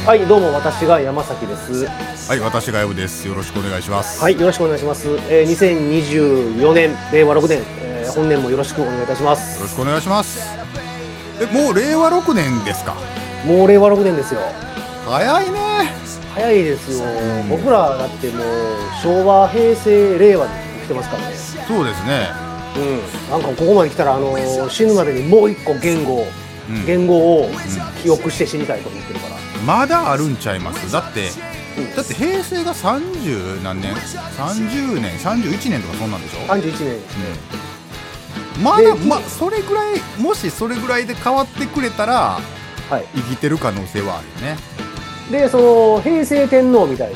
はい、どうも私が山崎です。 はい、私が薮です。よろしくお願いします。 はい、よろしくお願いします。2024年、令和6年、本年もよろしくお願いいたします。 よろしくお願いします。もう令和6年ですか。 もう令和6年ですよ。 早いね。 早いですよ。僕らだってもう昭和、平成、令和に生きてますからね。 そうですね。 なんかここまで来たら死ぬまでにもう一個言語を記憶して死にたいと思ってるから。 まだあるんちゃいます。だって平成が30何年、30年、31年とかそんなんでしょ。 31年ですね。 まだそれぐらい、もしそれぐらいで変わってくれたら、 はい、 生きてる可能性はあるよね。 でその平成天皇みたいに、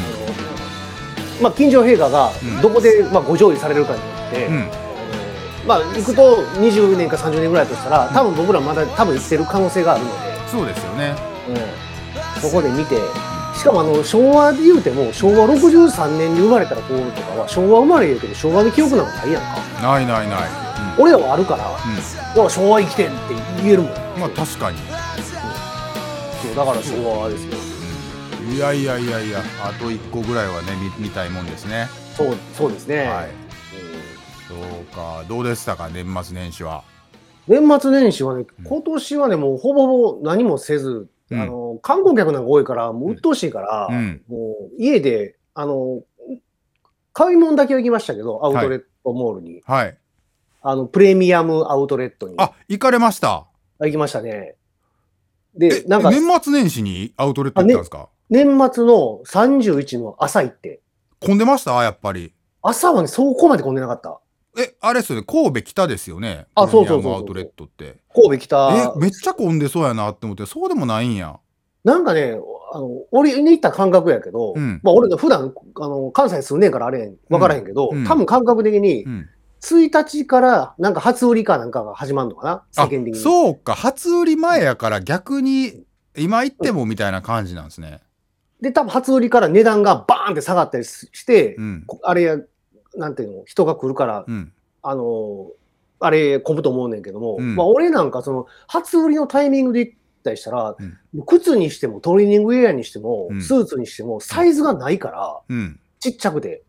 金城陛下がどこでご上位されるかによって、行くと20年か30年ぐらいとしたら、多分僕らまだ生きてる可能性があるので、 そうですよね。 そこで見て、しかも昭和で言うても昭和63年に生まれた子とかは昭和生まれやけど昭和の記憶なんかないやんか。 ない、 俺らはあるから、だから昭和生きてんって言えるもん。 まあ確かに。 そうだから昭和ですよ。 いや、あと1個ぐらいはね、見たいもんですね。 そうですね。はい。 そうか、どうでしたか、年末年始は。 年末年始はね、今年はね、もうほぼほぼ何もせず、観光客なんか多いから、もう鬱陶しいから、もう家で、買い物だけは行きましたけど、アウトレットモールに。 はい。 プレミアムアウトレットに。 あ、行かれました。 行きましたね。で、 なんか年末年始にアウトレット行ったんですか？ 年末の31の朝行って。 混んでました？やっぱり。 朝はね、そこまで混んでなかった。 あれですよね、神戸北ですよね。 そうそうプレミアムアウトレットって。 神戸北。 めっちゃ混んでそうやなって思って、そうでもないんや。 なんかね、俺に行った感覚やけど、俺が普段関西住んねえからあれ分からへんけど、多分感覚的に、1日からなんか初売りかなんかが始まるのかな、世間的に。 そうか、初売り前やから逆に今行ってもみたいな感じなんですね。 で、多分初売りから値段がバーンって下がったりして、あれ、なんていうの、人が来るから、あれ、混むと思うねんけども、俺なんか初売りのタイミングで行ったりしたら、靴にしてもトレーニングウェアにしても、スーツにしてもサイズがないから、ちっちゃくて。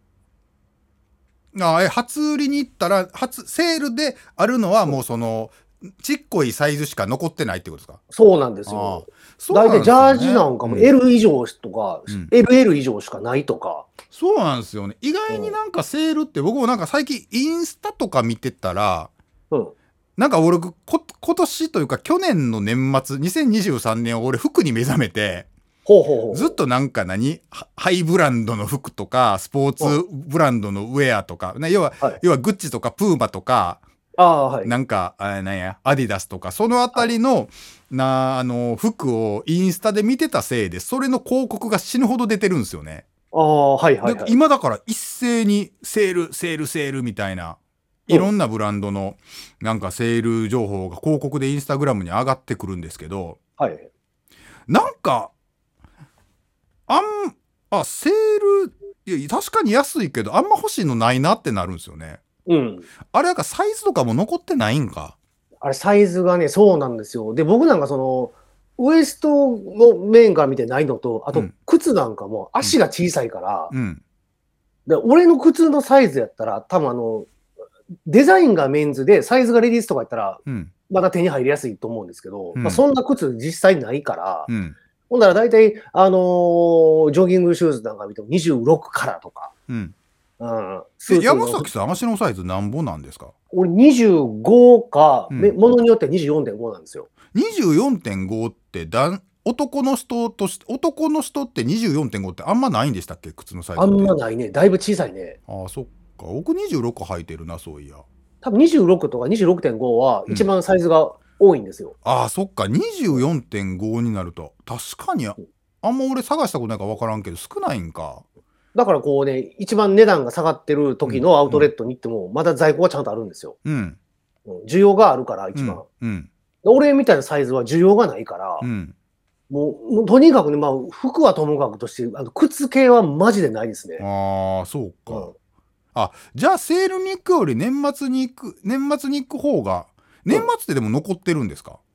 初売りに行ったら、セールであるのはもうちっこいサイズしか残ってないってことですか？ そうなんですよ。大体ジャージなんかも L 以上とか、LL 以上しかないとか。 そうなんですよね。意外になんかセールって僕もなんか最近インスタとか見てたら、なんか俺今年というか去年の年末2023年を俺服に目覚めて、ずっとなんかハイブランドの服とかスポーツブランドのウェアとか、要はグッチとかプーマとか、なんかアディダスとかそのあたりの服をインスタで見てたせいで、それの広告が死ぬほど出てるんですよね。今だから一斉にセールみたいな、いろんなブランドのなんかセール情報が広告でインスタグラムに上がってくるんですけど、なんかセール、いや確かに安いけどあんま欲しいのないなってなるんですよね。あれなんかサイズとかも残ってないんか。 あれサイズがね、そうなんですよ。で、僕なんかウエストの面から見てないのと、あと靴なんかも足が小さいから、で俺の靴のサイズやったら多分デザインがメンズでサイズがレディースとかやったら、まだ手に入りやすいと思うんですけど、そんな靴実際ないから、ほんなら大体ジョギングシューズなんか見ても26からとか。 山崎さん、足のサイズなんぼなんですか？ 俺25か、ものによっては 24.5 なんですよ。 24.5 って男の人って 24.5 ってあんまないんでしたっけ？靴のサイズって。 あんまないね。だいぶ小さいね。 そっか。僕26履いてるな、そういや。 多分26とか 26.5 は一番サイズが多いんですよ。 そっか。24.5 になると確かにあんま俺探したことないから分からんけど少ないんか。 だから一番値段が下がってる時のアウトレットに行っても、まだ在庫がちゃんとあるんですよ。需要があるから、一番。俺みたいなサイズは需要がないから、もうとにかくね、服はともかくとして、靴系はマジでないですね。 そうか。じゃあセールに行くより年末に行く方が、年末ってでも残ってるんですか？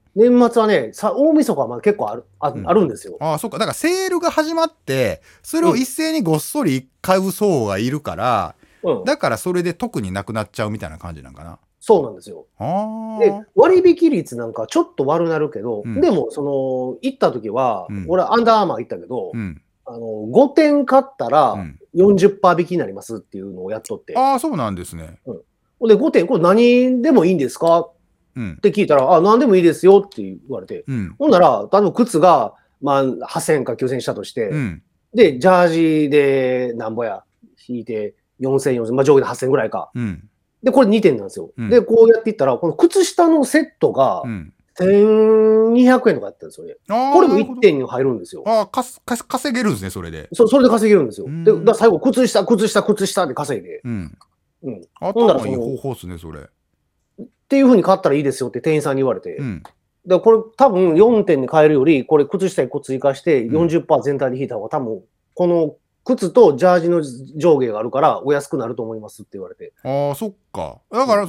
年末はね、大晦日はまだ結構あるんですよ。 ああ、そっか。だからセールが始まって、それを一斉にごっそり買う層がいるから、だからそれで特になくなっちゃうみたいな感じなんかな。 そうなんですよ。で、割引率なんかちょっと悪なるけど、でも、行った時は、俺アンダーアーマー行ったけど、5点買ったら 40% 引きになりますっていうのをやっとって。 ああ、そうなんですね。 で、5点、これ何でもいいんですかって聞いたら、あ、何でもいいですよって言われて。ほんなら、例えば靴が、まあ、8000か9000したとして、で、ジャージでなんぼや、引いて4000、4000、まあ上下で8000ぐらいか。で、これ2点なんですよ。で、こうやっていったら、この靴下のセットが、1200円とかやったんですよね。これも1点に入るんですよ。 稼げるんですね、それで。 それで稼げるんですよ。で、だ最後、靴下で稼いで。 頭いい方法っすね、それ。 っていう風に買ったらいいですよって店員さんに言われて。だこれ多分4点に買えるより、これ靴下1個追加して 40% 全体で引いた方が多分、この靴とジャージの上下があるからお安くなると思いますって言われて。 ああ、そっか。だから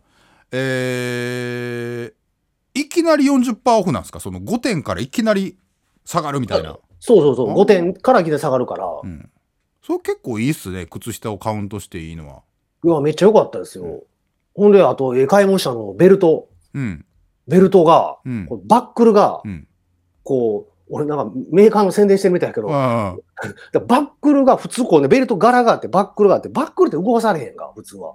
いきなり 40% オフなんですか？その5点からいきなり下がるみたいな。 そう。5点からいきなり下がるから。 それ結構いいっすね。靴下をカウントしていいのは。 いや、めっちゃ良かったですよ。ほんで、あと、買い物したの、ベルト。ベルトが、バックルが、こう、俺なんかメーカーの宣伝してるみたいやけど、バックルが普通こうね、ベルト柄があって、バックルがあって、バックルって動かされへんか、普通は。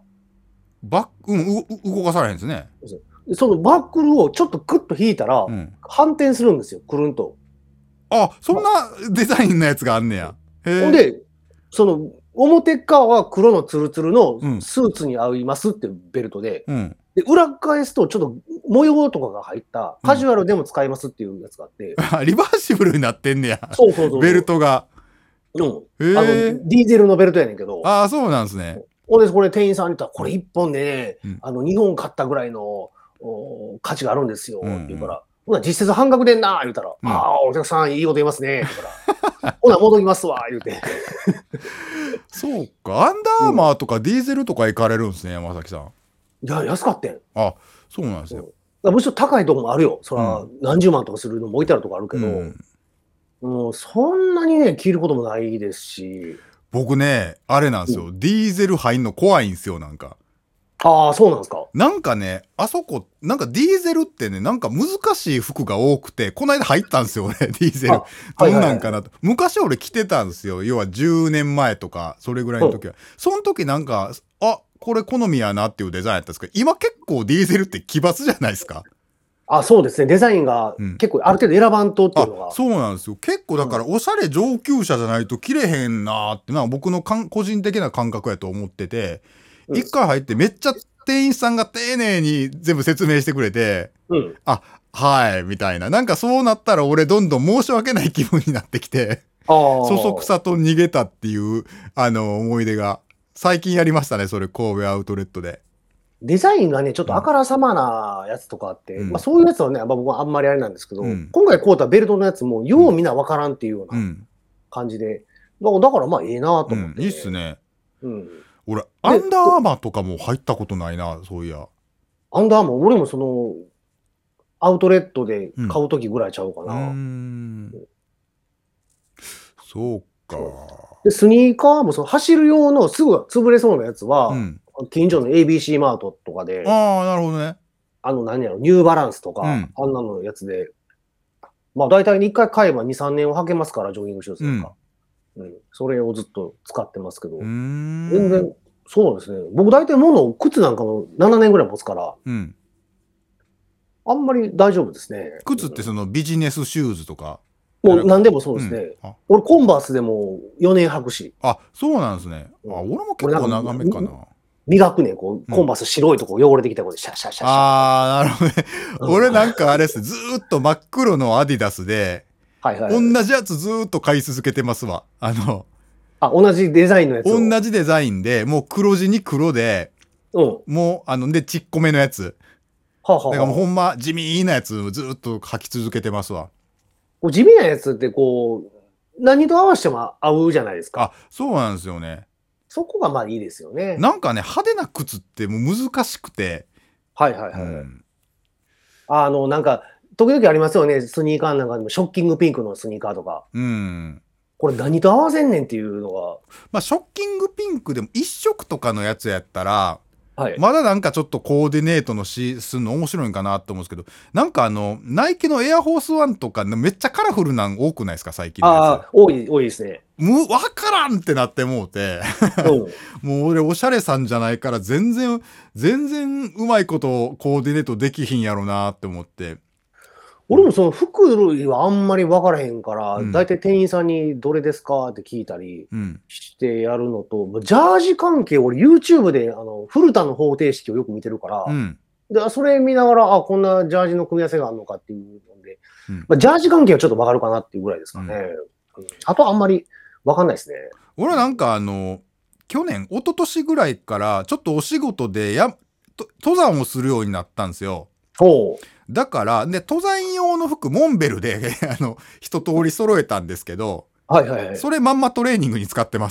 動かされへんですね。 そのバックルをちょっとクッと引いたら、反転するんですよ、くるんと。 あ、そんなデザインのやつがあんねや。 ほんで、表側は黒のツルツルのスーツに合いますっていうベルトで、で裏返すとちょっと模様とかが入ったカジュアルでも使えますっていうやつがあって、 リバーシブルになってんねや。 そうベルトが。 ディーゼルのベルトやねんけど。 ああ、そうなんですね。 これ店員さんに言ったら、これ1本でね、2本買ったぐらいの価値があるんですよって言うから、ほな実質半額でんな言うたら、ああ、お客さんいいこと言いますねって言うから、ほな戻りますわ言うて。 そうか、アンダーアーマーとかディーゼルとか行かれるんですね、山崎さん。 いや、安かったん。 あ、そうなんですよ。 むしろ高いとこもあるよ。そら、何十万とかするのも置いてあるとこあるけど、もうそんなにね、着ることもないですし。 僕ね、あれなんですよ。ディーゼル入んの怖いんですよ、なんか。 ああ、そうなんですか。 なんかね、あそこ、なんかディーゼルってね、なんか難しい服が多くて、この間入ったんですよ、俺、ディーゼル。どんなんかなと。昔俺着てたんですよ。要は10年前とか、それぐらいの時は。その時なんか、これ好みやなっていうデザインやったんですけど、今結構ディーゼルって奇抜じゃないですか。 あ、そうですね。デザインが結構ある程度選ばんとっていうのが。 そうなんですよ。結構だからおしゃれ上級者じゃないと着れへんなーってな、僕の個人的な感覚やと思ってて、一回入ってめっちゃ店員さんが丁寧に全部説明してくれて、はいみたいな、なんかそうなったら俺どんどん申し訳ない気分になってきて、そそくさと逃げたっていう思い出が最近やりましたね。それ神戸アウトレットで。 デザインがね、ちょっとあからさまなやつとかあって、まあそういうやつはね、僕はあんまりあれなんですけど、今回買うたベルトのやつも、ようみんなわからんっていうような感じで、だからまあいいなと思って。 いいっすね。俺、アンダーアーマーとかも入ったことないな、そういや。 アンダーアーマー、俺もアウトレットで買うときぐらいちゃうかな。 そうか。 で、スニーカーも走る用のすぐ潰れそうなやつは、近所の ABC マートとかで、 なるほどね。 何やろ、ニューバランスとか、あんなのやつで、まあ大体1回買えば2、3年を履けますから、ジョギングシューズとか。それをずっと使ってますけど、全然、そうですね。僕大体靴なんかも7年ぐらい持つから、あんまり大丈夫ですね。 靴ってそのビジネスシューズとかもう何でもそうですね。俺コンバースでも4年履くし。 あ、そうなんですね。俺も結構長めかな。 磨くね、コンバース白いとこ汚れてきたことでシャシャシャシャ。 なるほどね。俺なんかあれです。ずーっと真っ黒のアディダスで、同じやつずーっと買い続けてますわ。 同じデザインのやつ。 同じデザインで、もう黒地に黒で、もう、で、ちっこめのやつ。だからもうほんま地味なやつずーっと履き続けてますわ。 地味なやつって何と合わせても合うじゃないですか。 そうなんですよね。 そこがまあいいですよね。 なんかね、派手な靴ってもう難しくて。 なんか、 時々ありますよね、スニーカーなんかでも、ショッキングピンクのスニーカーとか。 うん。 これ何と合わせんねんっていうのが。 まあ、ショッキングピンクでも一色とかのやつやったら、 はい、 まだなんかちょっとコーディネートのするの面白いんかなと思うんですけど、なんかナイキのエアフォースワンとかめっちゃカラフルなん多くないですか、最近のやつ。 ああ、多いですね。 わからんってなってもうて。もう俺おしゃれさんじゃないから全然うまいことコーディネートできひんやろなって思って。 俺もその服類はあんまり分からへんから、だいたい店員さんにどれですかって聞いたりしてやるのと、ジャージ関係、俺 YouTube で古田の方程式をよく見てるから、でそれ見ながら、あ、こんなジャージの組み合わせがあるのかっていうので、ジャージ関係はちょっと分かるかなっていうぐらいですかね。あとあんまり分かんないですね。 俺はなんか去年、一昨年ぐらいからちょっとお仕事で登山をするようになったんですよ。だから、で、登山用の服、モンベルで一通り揃えたんですけど、それまんまトレーニングに使ってます。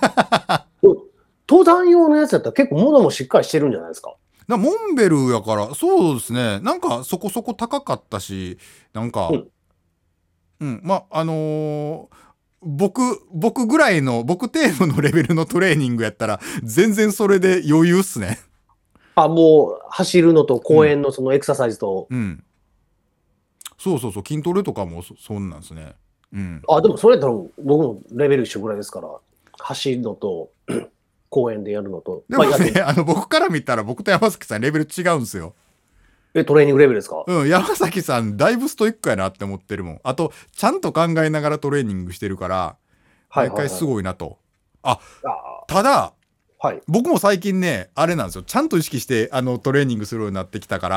登山用のやつだったら結構物もしっかりしてるんじゃないですか。 モンベルやから、そうですね、なんかそこそこ高かったし、なんか、まあ、僕ぐらいの、僕程度のレベルのトレーニングやったら、全然それで余裕っすね。 あ、もう走るのと公園のそのエクササイズと。 そう、筋トレとかもそんなんですね。 あ、でもそれだったら僕もレベル一緒ぐらいですから、走るのと公園でやるのと。 でもね、僕から見たら僕と山崎さんレベル違うんですよ。 トレーニングレベルですか？ 山崎さんだいぶストイックやなって思ってるもん。あと、ちゃんと考えながらトレーニングしてるから、毎回すごいなと。ただ、僕も最近ね、あれなんですよ。ちゃんと意識してトレーニングするようになってきたから、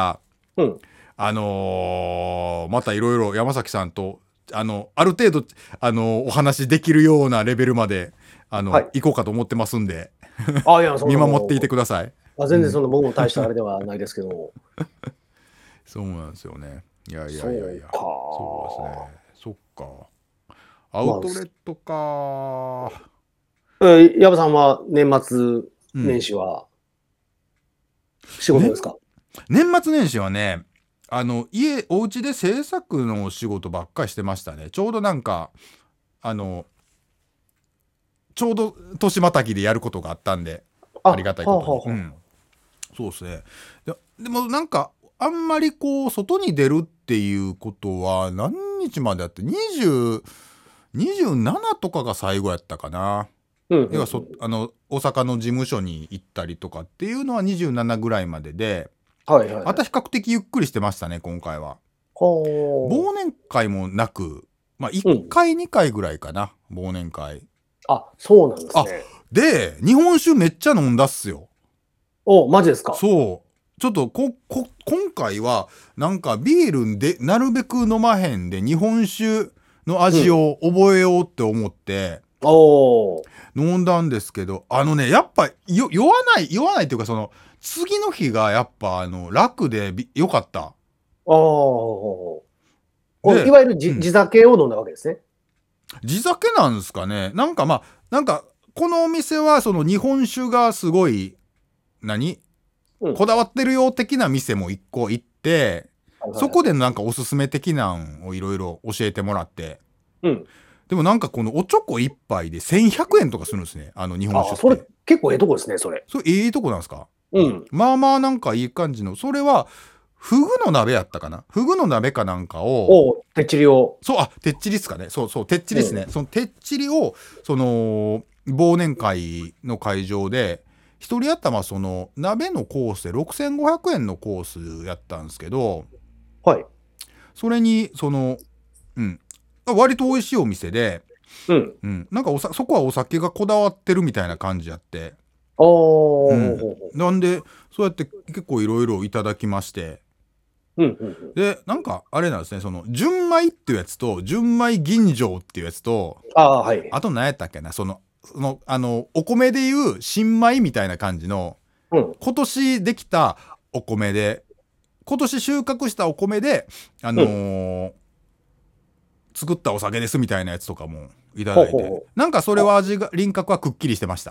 またいろいろ山崎さんとある程度お話できるようなレベルまで行こうかと思ってますんで見守っていてください。 全然その僕も大したあれではないですけどそうなんですよね。いやそうですね。そっか。アウトレットか。 矢部さんは年末年始は仕事ですか？ 年末年始はね、お家で制作のお仕事ばっかりしてましたね。ちょうどなんかちょうど年またぎでやることがあったんで、ありがたいことに。そうですね。でもなんかあんまりこう外に出るっていうことは何日までやって27とかが最後やったかな。要は大阪の事務所に行ったりとかっていうのは27ぐらいまでで、あと比較的ゆっくりしてましたね今回は。忘年会もなく、まあ1回2回ぐらいかな、忘年会。 あ、そうなんですね。 で日本酒めっちゃ飲んだっすよ。 マジですか？ そうちょっと今回はなんかビールでなるべく飲まへんで日本酒の味を覚えようって思って、飲んだんですけど、やっぱ酔わないっていうか、その次の日がやっぱ楽でよかった。 いわゆる地酒を飲んだわけですね。 地酒なんですかね。なんかこのお店はその日本酒がすごいこだわってるよ的な店も一個行って、そこでなんかおすすめ的なんをいろいろ教えてもらって、でもなんかこのおちょこ一杯で1100円とかするんですね、日本酒って。 それ結構ええとこですね、それ。 それいいとこなんですか？まあまあなんかいい感じの、それはフグの鍋やったかな、フグの鍋かなんかをてっちりを、 てっちりっすかね、てっちりっすね、そのてっちりをその忘年会の会場で一人頭その鍋のコースで6500円のコースやったんですけど、それにその割と美味しいお店で、なんかそこはお酒がこだわってるみたいな感じやって、なんでそうやって結構いろいろいただきまして、でなんかあれなんですね、その純米っていうやつと純米吟醸っていうやつと、あと何やったっけな、そのお米でいう新米みたいな感じの、今年できたお米で今年収穫したお米で作ったお酒ですみたいなやつとかもいただいて、なんかそれは輪郭はくっきりしてました。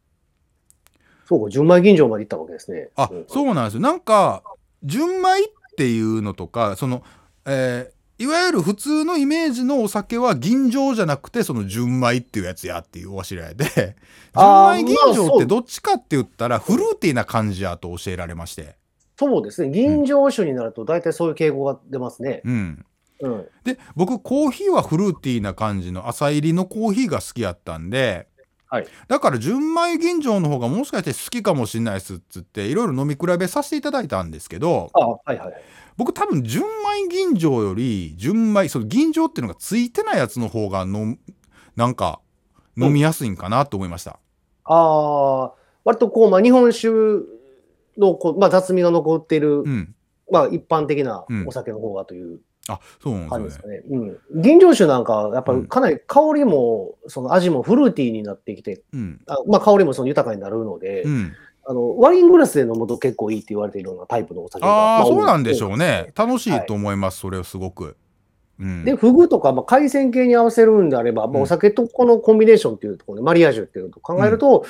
そうか、純米吟醸まで行ったわけですね。 そうなんですよ。なんか純米っっていうのとか、いわゆる普通のイメージのお酒は吟醸じゃなくてその純米っていうやつやっていうお知り合いで、純米吟醸ってどっちかって言ったらフルーティーな感じやと教えられまして。 そうですね。吟醸酒になると大体そういう傾向が出ますね。 で、僕コーヒーはフルーティーな感じの浅入りのコーヒーが好きやったんで、だから純米吟醸の方がもしかして好きかもしれないっすっつっていろいろ飲み比べさせていただいたんですけど、僕多分純米吟醸より純米、その吟醸っていうのがついてないやつの方がなんか飲みやすいんかなと思いました。 割とこう、日本酒の雑味が残っている、一般的なお酒の方がという感じですかね。吟醸酒なんかやっぱりかなり香りもその味もフルーティーになってきて、香りもその豊かになるので、ワイングラスで飲むと結構いいって言われているようなタイプのお酒が。 そうなんでしょうね。楽しいと思います、それをすごく。 で、フグとか、海鮮系に合わせるんであれば、お酒とこのコンビネーションっていうところで、マリアージュっていうと考えると、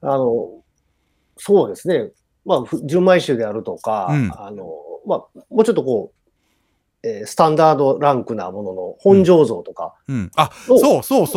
そうですね、純米酒であるとか、もうちょっとこう、スタンダードランクなものの本醸造とか。 そう、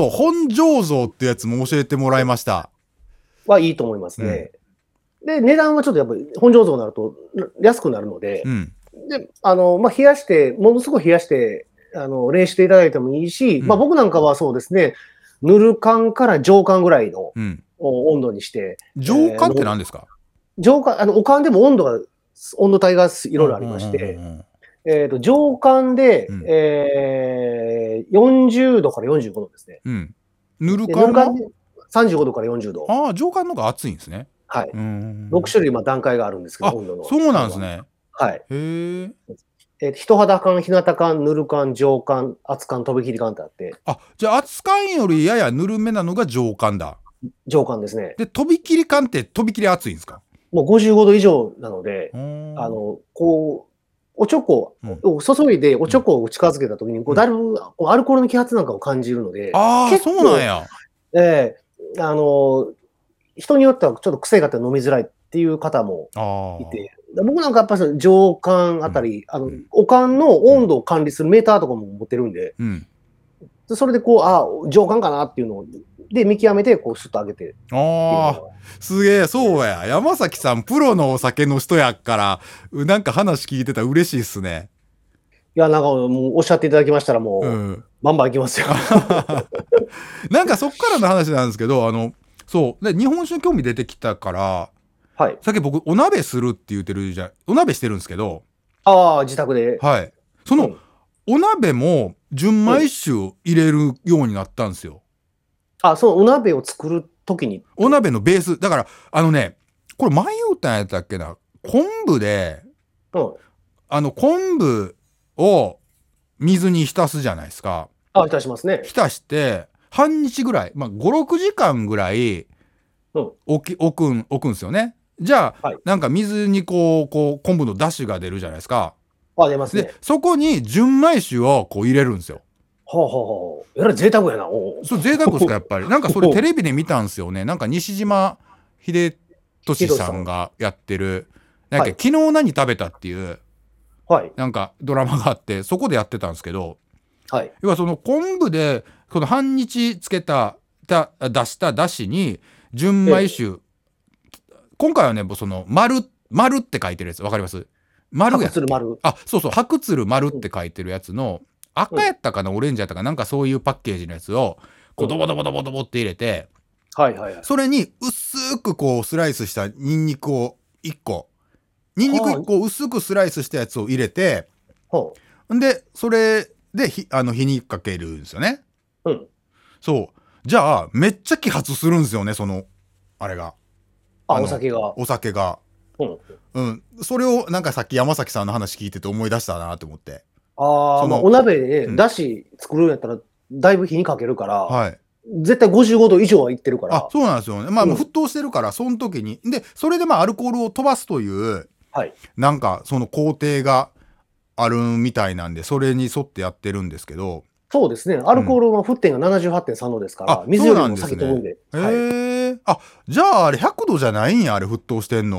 本醸造ってやつも教えてもらいました。 はいいと思いますね。で、値段はちょっとやっぱり本醸造になると安くなるので、で、冷やして、ものすごい冷やして、冷していただいてもいいし、僕なんかはそうですね、ぬる燗から上燗ぐらいの温度にして。 上燗って何ですか？ 上燗、お燗でも温度帯がいろいろありまして、上燗で、40度から45度ですね。 ぬる燗は 35度から40度。 上燗の方が熱いんですね。 はい。6種類段階があるんですけど、温度の。 そうなんですね。 はい。人肌燗、日向燗、ぬる燗、上燗、熱燗、とびきり燗ってあって。 じゃあ熱燗よりややぬるめなのが上燗だ。 上燗ですね。 で、とびきり燗ってとびきり熱いんですか？ もう55度以上なので、こう、おちょこを注いでおちょこを近づけたときに、だいぶアルコールの揮発なんかを感じるので。 そうなんや。 人によってはちょっと癖があって飲みづらいっていう方もいて、僕なんかやっぱり上燗あたり、お燗の温度を管理するメーターとかも持ってるんで、それでこう、上燗かなっていうので見極めて、こう、スッと上げて。 すげえ、そうや。山崎さん、プロのお酒の人やから、なんか話聞いてたら嬉しいっすね。 いや、なんかもうおっしゃっていただきましたらもう、バンバンいきますよ。 なんかそっからの話なんですけど、そう。で、日本酒興味出てきたから、さっき僕、お鍋するって言ってるお鍋してるんですけど。 自宅で。 はい。その、お鍋も純米酒を入れるようになったんですよ。 そのお鍋を作るときに。 お鍋のベース。だから、これ前言うたんやったっけな。昆布で、昆布を水に浸すじゃないですか。 浸しますね。 浸して、半日ぐらい、5、6時間ぐらい置くんですよね。じゃあ、なんか水にこう昆布の出汁が出るじゃないですか。 出ますね。 で、そこに純米酒をこう入れるんですよ。 えらい贅沢やな。 そう、贅沢ですか、やっぱり。なんかそれテレビで見たんですよね。なんか西島秀俊さんがやってる、なんか昨日何食べたっていう、なんかドラマがあって、そこでやってたんですけど、要はその昆布で、この半日つけた、出した出汁に、純米酒、今回はね、その、丸って書いてるやつ、わかります？丸や。 白鶴丸。 そうそう、白鶴丸って書いてるやつの、赤やったかな、オレンジやったかなんかそういうパッケージのやつを、こう、ドボドボドボドボって入れて、それに薄くこう、スライスしたニンニクを1個、ニンニク1個薄くスライスしたやつを入れて、で、それで火にかけるんですよね。そう。じゃあ、めっちゃ揮発するんですよね、あれが。 お酒が。 お酒が。それをなんかさっき山崎さんの話聞いてて思い出したなと思って。 お鍋でだし作るんやったら、だいぶ火にかけるから、絶対55度以上はいってるから。 そうなんですよね。もう沸騰してるから、その時に。で、それでアルコールを飛ばすという、なんかその工程があるみたいなんで、それに沿ってやってるんですけど。 そうですね。アルコールの沸点が 78.3 度ですから、水よりも先飛ぶんで。 じゃああれ100度じゃないんや、あれ沸騰してんの。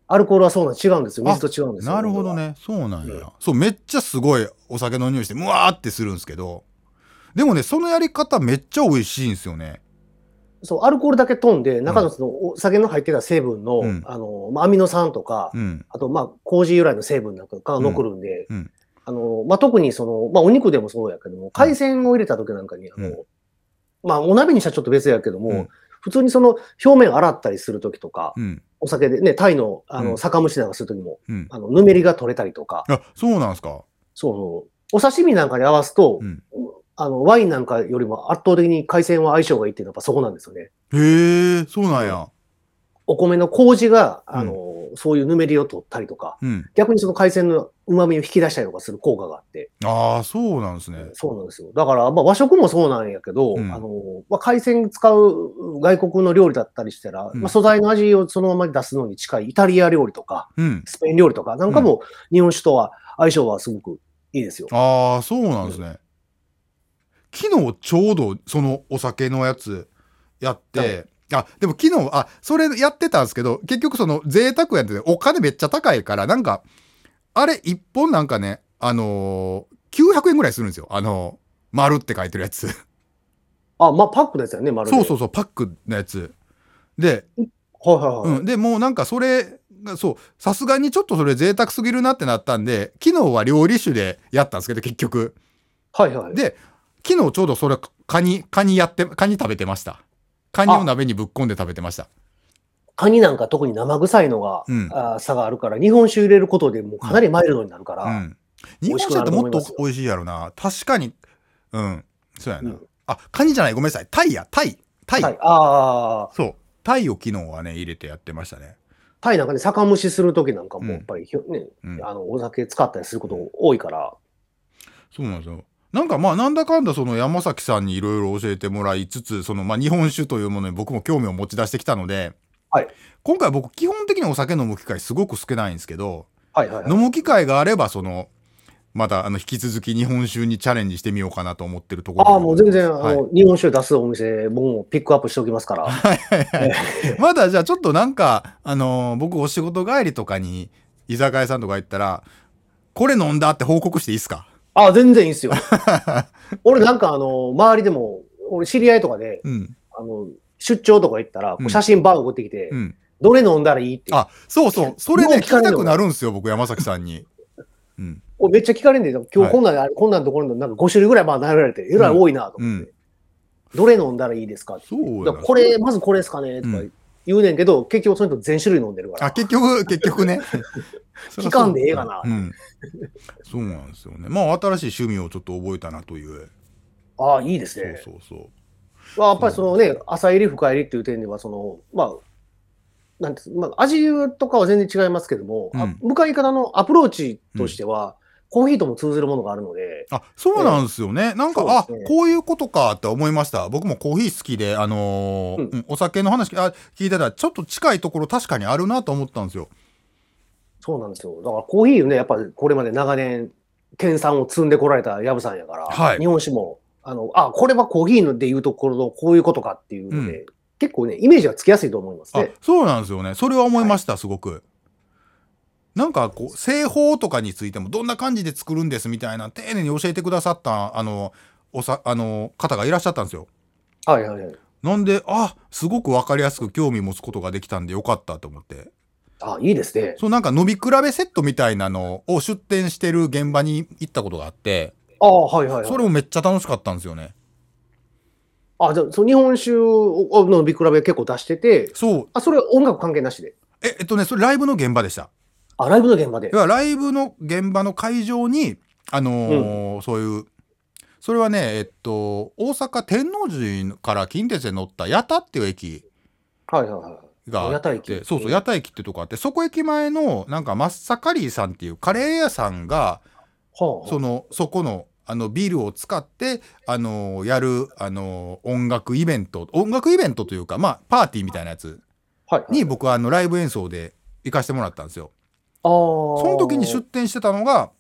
アルコールはそうなん違うんですよ。水と違うんですよ。 なるほどね。そうなんや。そう、めっちゃすごいお酒の匂いして、むわーってするんですけど、でもね、そのやり方めっちゃ美味しいんですよね。 そう、アルコールだけ飛んで、中のそのお酒の入ってた成分の、アミノ酸とか、あと、麹由来の成分なんかが残るんで、特にその、お肉でもそうやけども、海鮮を入れた時なんかに、お鍋にしたらちょっと別やけども、普通にその表面洗ったりする時とか、お酒でね、タイの、酒蒸しなんかする時も、ぬめりが取れたりとか。 あ、そうなんですか。 そう。お刺身なんかに合わすと、ワインなんかよりも圧倒的に海鮮は相性がいいっていうのはやっぱそこなんですよね。 へえ、そうなんや。 お米の麹が、そういうぬめりを取ったりとか、逆にその海鮮の旨味を引き出したりとかする効果があって。 ああ、そうなんですね。 そうなんですよ。だから、和食もそうなんやけど、海鮮使う外国の料理だったりしたら、素材の味をそのまま出すのに近いイタリア料理とか、スペイン料理とかなんかも日本酒とは相性はすごくいいですよ。 ああ、そうなんですね。昨日ちょうどそのお酒のやつやって、でも昨日、それやってたんですけど、結局その贅沢やってて、お金めっちゃ高いから、なんか、あれ一本なんかね、900円ぐらいするんですよ。丸って書いてるやつ。 パックのやつやね、丸で。 そう、パックのやつ。で、で、もうなんかそれ、さすがにちょっとそれ贅沢すぎるなってなったんで、昨日は料理酒でやったんですけど、結局。で、昨日ちょうどそれ、カニ食べてました。カニを鍋にぶっこんで食べてました。 カニなんか特に生臭いのが、差があるから、日本酒入れることでもうかなりマイルドになるから。 日本酒ってもっと美味しいやろな。確かに。そうやな。カニじゃない、ごめんなさい。タイ。そう。タイを昨日はね、入れてやってましたね。 タイなんかね、酒蒸しするときなんかも、やっぱりね、お酒使ったりすること多いから。 そうなんですよ。なんかなんだかんだその山崎さんにいろいろ教えてもらいつつ、その日本酒というものに僕も興味を持ち出してきたので、今回僕基本的にお酒飲む機会すごく少ないんですけど、飲む機会があればまた引き続き日本酒にチャレンジしてみようかなと思ってるところ。 もう全然日本酒出すお店僕もピックアップしておきますから。 まだじゃあちょっとなんか僕お仕事帰りとかに居酒屋さんとか行ったらこれ飲んだって報告していいですか？ 全然いいっすよ。俺なんか周りでも、俺知り合いとかで、出張とか行ったら、写真バー送ってきて、どれ飲んだらいいって。 そう。それね、聞きたくなるんですよ、僕、山崎さんに。 めっちゃ聞かれんで、今日こんなんところのなんか5種類ぐらい並べられて、えらい多いなと思って。どれ飲んだらいいですかって。まずこれですかねとか言うねんけど、結局その人全種類飲んでるから。 結局ね。 聞かんでええかな。 そうなんですよね。新しい趣味をちょっと覚えたなという。 いいですね。 そう。 やっぱりそのね、浅入り深入りっていう点では、その、なんて味とかは全然違いますけども、向かい方のアプローチとしては、コーヒーとも通ずるものがあるので。 そうなんですよね。なんか、こういうことかって思いました。僕もコーヒー好きで、お酒の話聞いてたら、ちょっと近いところ確かにあるなと思ったんですよ。 そうなんですよ。だからコーヒーね、やっぱりこれまで長年、研鑽を積んでこられた藪さんやから、日本酒も、これはコーヒーでいうところのこういうことかっていうので、結構ね、イメージがつきやすいと思いますね。 そうなんですよね。それは思いました、すごく。なんか製法とかについてもどんな感じで作るんですみたいな丁寧に教えてくださった方がいらっしゃったんですよ。なんですごく分かりやすく興味持つことができたんでよかったと思って。 いいですね。 なんか飲み比べセットみたいなのを出店してる現場に行ったことがあって、それもめっちゃ楽しかったんですよね。 じゃあ、日本酒の飲み比べ結構出してて、それは音楽関係なしで。 それライブの現場でした。 ライブの現場で。 ライブの現場の会場に、そういう、それはね、大阪天王寺から近鉄で乗った矢田っていう駅があって、矢田駅ってとこあって、そこ駅前の、なんか、マッサカリーさんっていうカレー屋さんが、そこの、ビルを使って、やる、音楽イベントというか、パーティーみたいなやつに、僕はライブ演奏で行かしてもらったんですよ。その時に出店してたのが、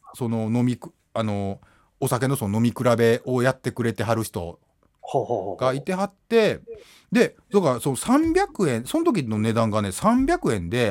お酒のその飲み比べをやってくれてはる人がいてはって、で、だからその300円、その時の値段がね、300円で、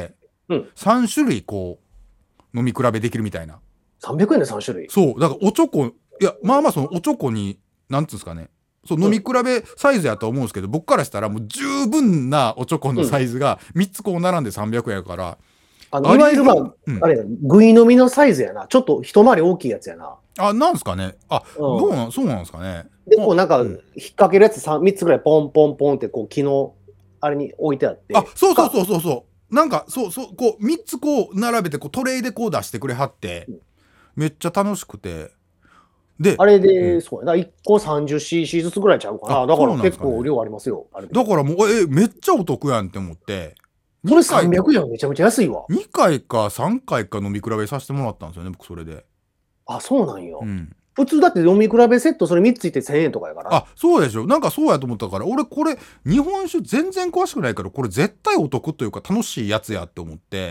3種類こう飲み比べできるみたいな。 300円で3種類。 そうだからおちょこ、いやまあまあそのおちょこになんつうんですかね、そう飲み比べサイズやと思うんですけど、僕からしたらもう十分なおちょこのサイズが3つこう並んで300円やから、 いわゆるあれぐい飲みのサイズやな。ちょっと一回り大きいやつやな。 なんですかね。そうなんですかね。 でこうなんか引っ掛けるやつ 3つぐらいポンポンポンってこう木のあれに置いてあって。 そうなんかこう3つこう並べてこうトレイでこう出してくれはって、めっちゃ楽しくて。 であれで、そうやな、1個 30cc ずつぐらいちゃうかな。だから結構量ありますよ。 だからもうめっちゃお得やんって思って。 それ300円はめちゃめちゃ安いわ。 2回か3回か飲み比べさせてもらったんですよね、僕それで。 そうなんよ。普通だって飲み比べセットそれ3ついて1000円とかやから。 そうでしょ。なんかそうやと思ったから、俺これ日本酒全然詳しくないから、これ絶対お得というか楽しいやつやって思って。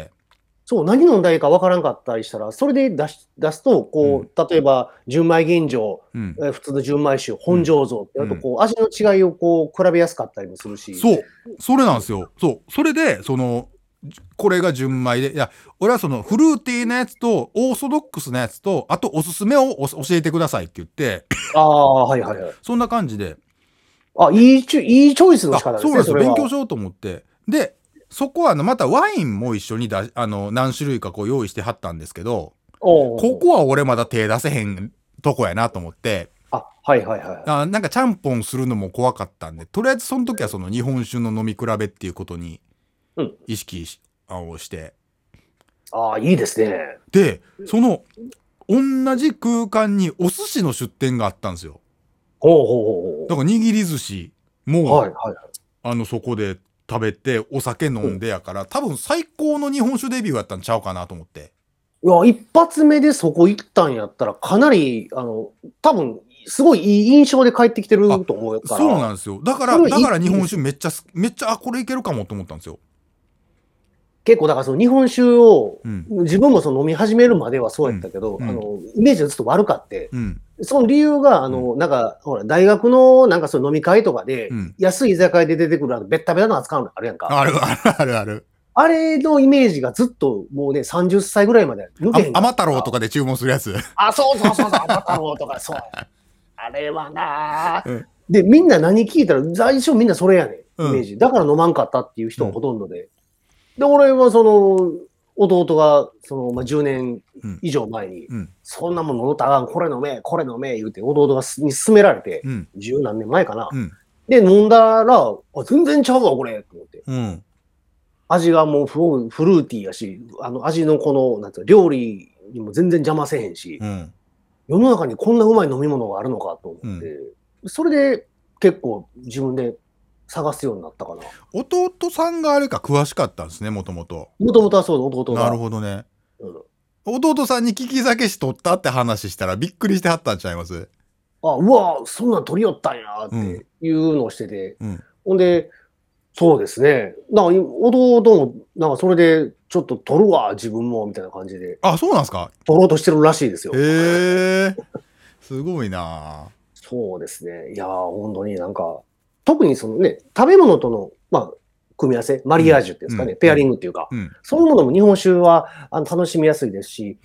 そう、何飲んだらいいか分からんかったりしたら、それで出すと、こう、例えば、純米吟醸、普通の純米酒、本醸造ってやると、こう、味の違いをこう、比べやすかったりもするし。 そう、それなんですよ。そう、それで、これが純米で、いや、俺はそのフルーティーなやつと、オーソドックスなやつと、あとおすすめを教えてくださいって言って、 はいはいはい。 そんな感じで。 いいチョイスの仕方ですね。 そうなんですよ。勉強しようと思って。で、そこはまたワインも一緒に何種類かこう用意してはったんですけど、ここは俺まだ手出せへんとこやなと思って。 はいはいはい。 なんかちゃんぽんするのも怖かったんで、とりあえずその時はその日本酒の飲み比べっていうことに意識をして。 いいですね。 で、その同じ空間にお寿司の出店があったんですよ。だから握り寿司も、そこで食べてお酒飲んでやから、多分最高の日本酒デビューやったんちゃうかなと思って。 いや、一発目でそこ行ったんやったら、かなり、多分、すごいいい印象で帰ってきてると思うから。 そうなんですよ。だから日本酒めっちゃ、これいけるかもと思ったんですよ。 結構だからその日本酒を、自分もその飲み始めるまではそうやったけど、イメージがずっと悪かって、その理由が、なんか、ほら、大学のなんかその飲み会とかで、安い居酒屋で出てくるベッタベタな扱うのあるやんか。 ある。 あれのイメージがずっともうね、30歳ぐらいまで抜けへん。甘太郎とかで注文するやつ。 そう、甘太郎とか、そう。あれはなで、みんな何聞いたら、最初みんなそれやねん、イメージ。だから飲まんかったっていう人がほとんどで。で、俺はその、弟が、10年以上前に、そんなもん飲んだらこれ飲め、言うて、弟に勧められて、十何年前かな。で、飲んだら、全然ちゃうわ、これ、と思って。味がもうフルーティーやし、味のこの、なんていうか、料理にも全然邪魔せへんし、世の中にこんなうまい飲み物があるのかと思って、それで結構自分で探すようになったかな。 弟さんがあれか詳しかったんですね、もともと。 もともとはそうだ、弟が。 なるほどね。弟さんに利き酒師取ったって話したらびっくりしてはったんちゃいます？ うわ、そんなん取りよったんやっていうのをしてて。ほんで、そうですね。弟も、なんかそれで、ちょっと取るわ、自分も、みたいな感じで。 そうなんですか？ 取ろうとしてるらしいですよ。 すごいな。 そうですね。いや本当になんか、特にそのね、食べ物との、組み合わせ、マリアージュっていうんですかね、ペアリングっていうか、そういうものも日本酒は楽しみやすいですし、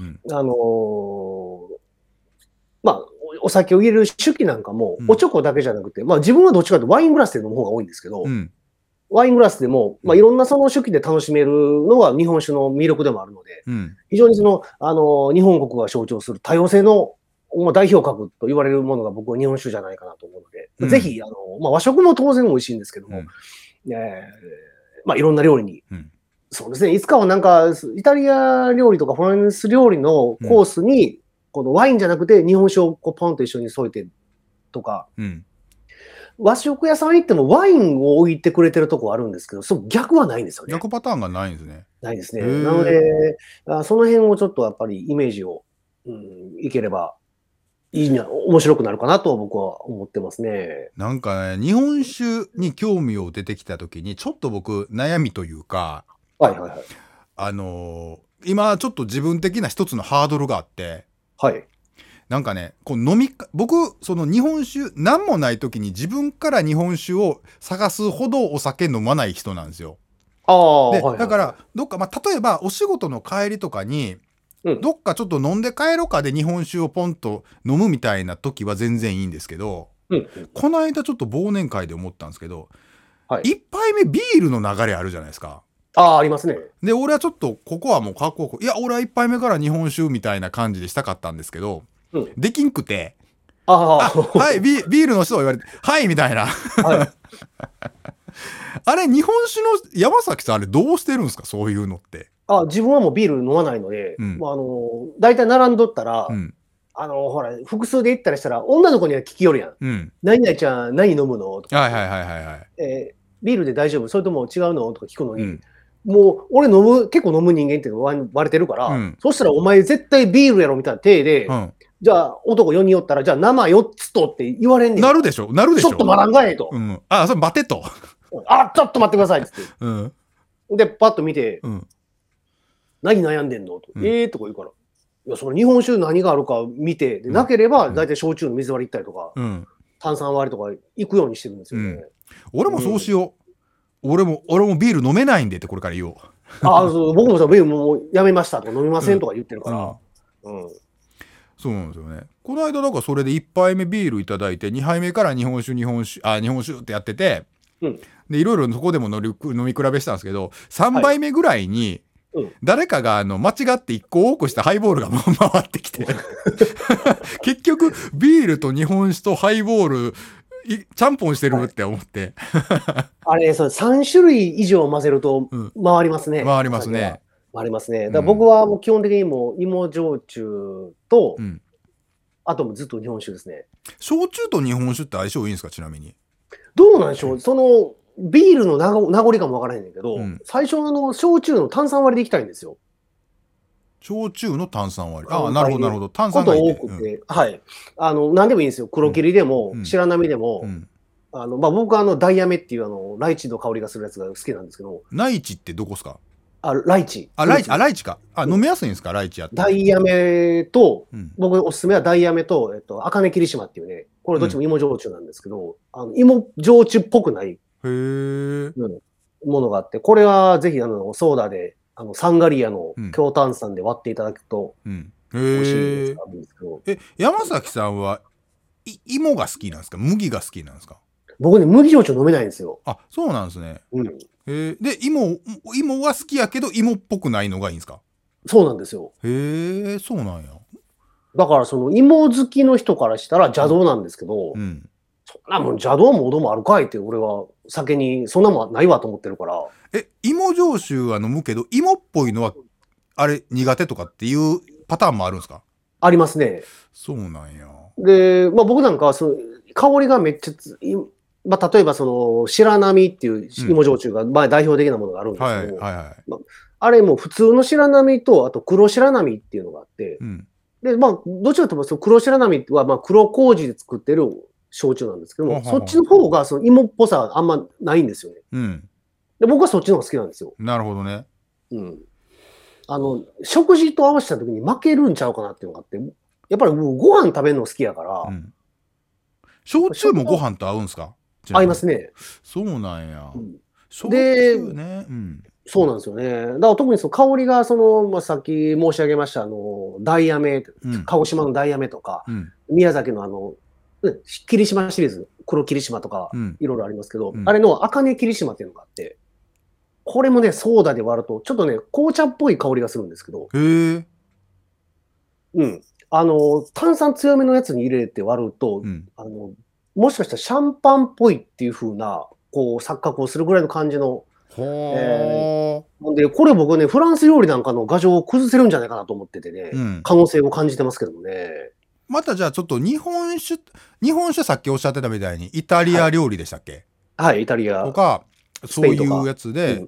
お酒を入れる酒器なんかも、おちょこだけじゃなくて、自分はどっちかというとワイングラスで飲む方が多いんですけど、ワイングラスでも、いろんなその酒器で楽しめるのが日本酒の魅力でもあるので、非常に日本国が象徴する多様性の代表格と言われるものが僕は日本酒じゃないかなと思うので、ぜひ、和食も当然美味しいんですけども、いろんな料理に、そうですね、いつかはなんか、イタリア料理とかフランス料理のコースに、このワインじゃなくて日本酒をポンと一緒に添えてとか、和食屋さん行ってもワインを置いてくれてるとこあるんですけど、逆はないんですよね。 逆パターンがないんですね。 ないですね。なので、その辺をちょっとやっぱりイメージを、いければ、面白くなるかなと僕は思ってますね。 なんかね、日本酒に興味を出てきた時に、ちょっと僕、悩みというか、今ちょっと自分的な一つのハードルがあって、なんかね、僕、その日本酒、何もない時に自分から日本酒を探すほどお酒飲まない人なんですよ。 あ、 で、だから、どっか、例えば、お仕事の帰りとかに、どっかちょっと飲んで帰ろうかで日本酒をポンと飲むみたいな時は全然いいんですけど、この間ちょっと忘年会で思ったんですけど、1杯目ビールの流れあるじゃないですか。 ありますね。 で、俺はちょっと、ここはもうかっこよく、いや、俺は1杯目から日本酒みたいな感じでしたかったんですけど、できんくて、はい、ビールの人は言われて、はいみたいな。あれ、日本酒の山崎さん、あれどうしてるんですか、そういうのって。 自分はもうビール飲まないので、大体並んどったら、ほら、複数で行ったりしたら、女の子には聞きよるやん。何々ちゃん、何飲むのとか。ビールで大丈夫それとも違うのとか聞くのに、もう、俺結構飲む人間って割れてるから、そしたらお前絶対ビールやろみたいな体で、じゃあ男4人おったら、じゃあ生4つとって言われんねん。 なるでしょなるでしょちょっと待たんかいと。 それ待てと。 ちょっと待ってくださいっつって。で、パッと見て、何悩んでんのと。とか言うから。いや、その日本酒何があるか見て、でなければ、大体焼酎の水割り行ったりとか、炭酸割りとか行くようにしてるんですよね。 俺もそうしよう。俺もビール飲めないんでってこれから言おう。 僕もビールもうやめましたとか飲みませんとか言ってるから。 そうなんですよね。この間だからそれで1杯目ビールいただいて、2杯目から日本酒ってやってて、でいろいろそこでも飲み比べしたんですけど、3杯目ぐらいに誰かが間違って1個多くしたハイボールが回ってきて結局ビールと日本酒とハイボールちゃんぽんしてるって思ってあれ、3種類以上混ぜると回りますね。 回りますね。 回りますね。だから僕はもう基本的にもう芋焼酎と、あともずっと日本酒ですね。 焼酎と日本酒って相性いいんですか、ちなみに。 どうなんでしょう。ビールの名残かもわからへんねんけど、最初焼酎の炭酸割りでいきたいんですよ。 焼酎の炭酸割り。なるほど、なるほど。炭酸が多くて。はい。何でもいいんですよ。黒霧でも、白波でも。僕はダイヤメっていうライチの香りがするやつが好きなんですけど。 ライチってどこですか？ ライチ。 ライチか。飲みやすいんですか、ライチやって。 ダイヤメと、僕おすすめはダイヤメと、茜霧島っていうね、これどっちも芋焼酎なんですけど、芋焼酎っぽくないものがあって、これはぜひソーダで、サンガリアの強炭酸で割っていただくと、美味しいですけど。 山崎さんは、芋が好きなんですか？麦が好きなんですか？ 僕ね、麦焼酎飲めないんですよ。 そうなんですね。で、芋は好きやけど、芋っぽくないのがいいんですか？ そうなんですよ。 そうなんや。 だから、芋好きの人からしたら邪道なんですけど、そんなもん邪道もおどもあるかいって、俺は酒にそんなもんないわと思ってるから。 芋焼酎は飲むけど、芋っぽいのは、あれ、苦手とかっていうパターンもあるんですか？ ありますね。 そうなんや。 で、僕なんかは香りがめっちゃ例えば白波っていう芋焼酎が代表的なものがあるんですけど、あれも普通の白波と、あと黒白波っていうのがあって、で、どちらかというと黒白波は黒麹で作ってる焼酎なんですけども、そっちの方が芋っぽさあんまないんですよね。で、僕はそっちの方が好きなんですよ。 なるほどね。 食事と合わせた時に負けるんちゃうかなっていうのがあって、やっぱりもうご飯食べるの好きやから。 焼酎もご飯と合うんですか？ 合いますね。 そうなんや。 で、そうなんですよね。だから特に香りがさっき申し上げましたダイヤメ、鹿児島のダイヤメとか、宮崎の霧島シリーズ、黒霧島とかいろいろありますけど、あれの茜霧島っていうのがあって、これもね、ソーダで割ると、ちょっとね、紅茶っぽい香りがするんですけど、炭酸強めのやつに入れて割ると、もしかしたらシャンパンっぽいっていう風な、錯覚をするぐらいの感じの。で、これ僕ね、フランス料理なんかの牙城を崩せるんじゃないかなと思っててね、可能性を感じてますけどもね。 またじゃあちょっと日本酒さっきおっしゃってたみたいに、イタリア料理でしたっけ？ はい、イタリア。 とか、そういうやつで、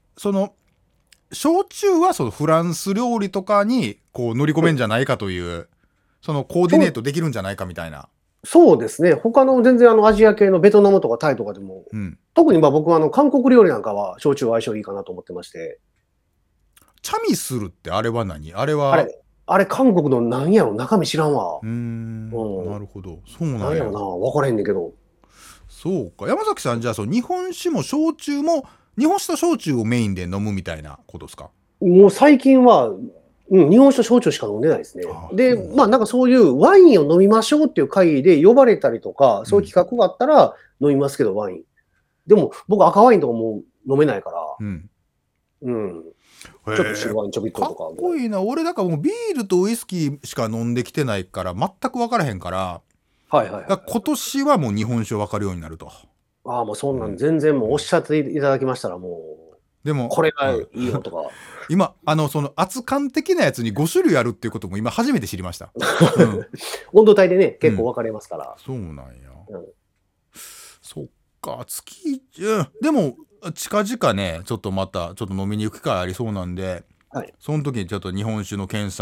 焼酎はフランス料理とかに乗り込めんじゃないかという、コーディネートできるんじゃないかみたいな。 そうですね。他の全然アジア系のベトナムとかタイとかでも、特に僕は韓国料理なんかは焼酎相性いいかなと思ってまして。 チャミスルってあれは何？あれ韓国の何やろ、中身知らんわ。 なるほど。そうなんや。 何やろな、分からへんねんけど。 そうか。山崎さん、じゃあ日本酒も焼酎も、日本酒と焼酎をメインで飲むみたいなことですか？ もう最近は、日本酒と焼酎しか飲んでないですね。で、なんかそういうワインを飲みましょうっていう会で呼ばれたりとか、そういう企画があったら飲みますけど、ワイン。でも僕赤ワインとかもう飲めないから、ちょっと白ワインちょびっととか。 かっこいいな。俺だからもうビールとウイスキーしか飲んできてないから全く分からへんから、今年はもう日本酒分かるようになると。 ああ、もうそんなん全然もうおっしゃっていただきましたらもう、 でもこれがいいよとか。 今その熱燗的なやつに5種類あるっていうことも今初めて知りました。 温度帯でね、結構分かれますから。 そうなんや。そっか、でも近々ね、ちょっとまたちょっと飲みに行く機会ありそうなんで、その時にちょっと日本酒の検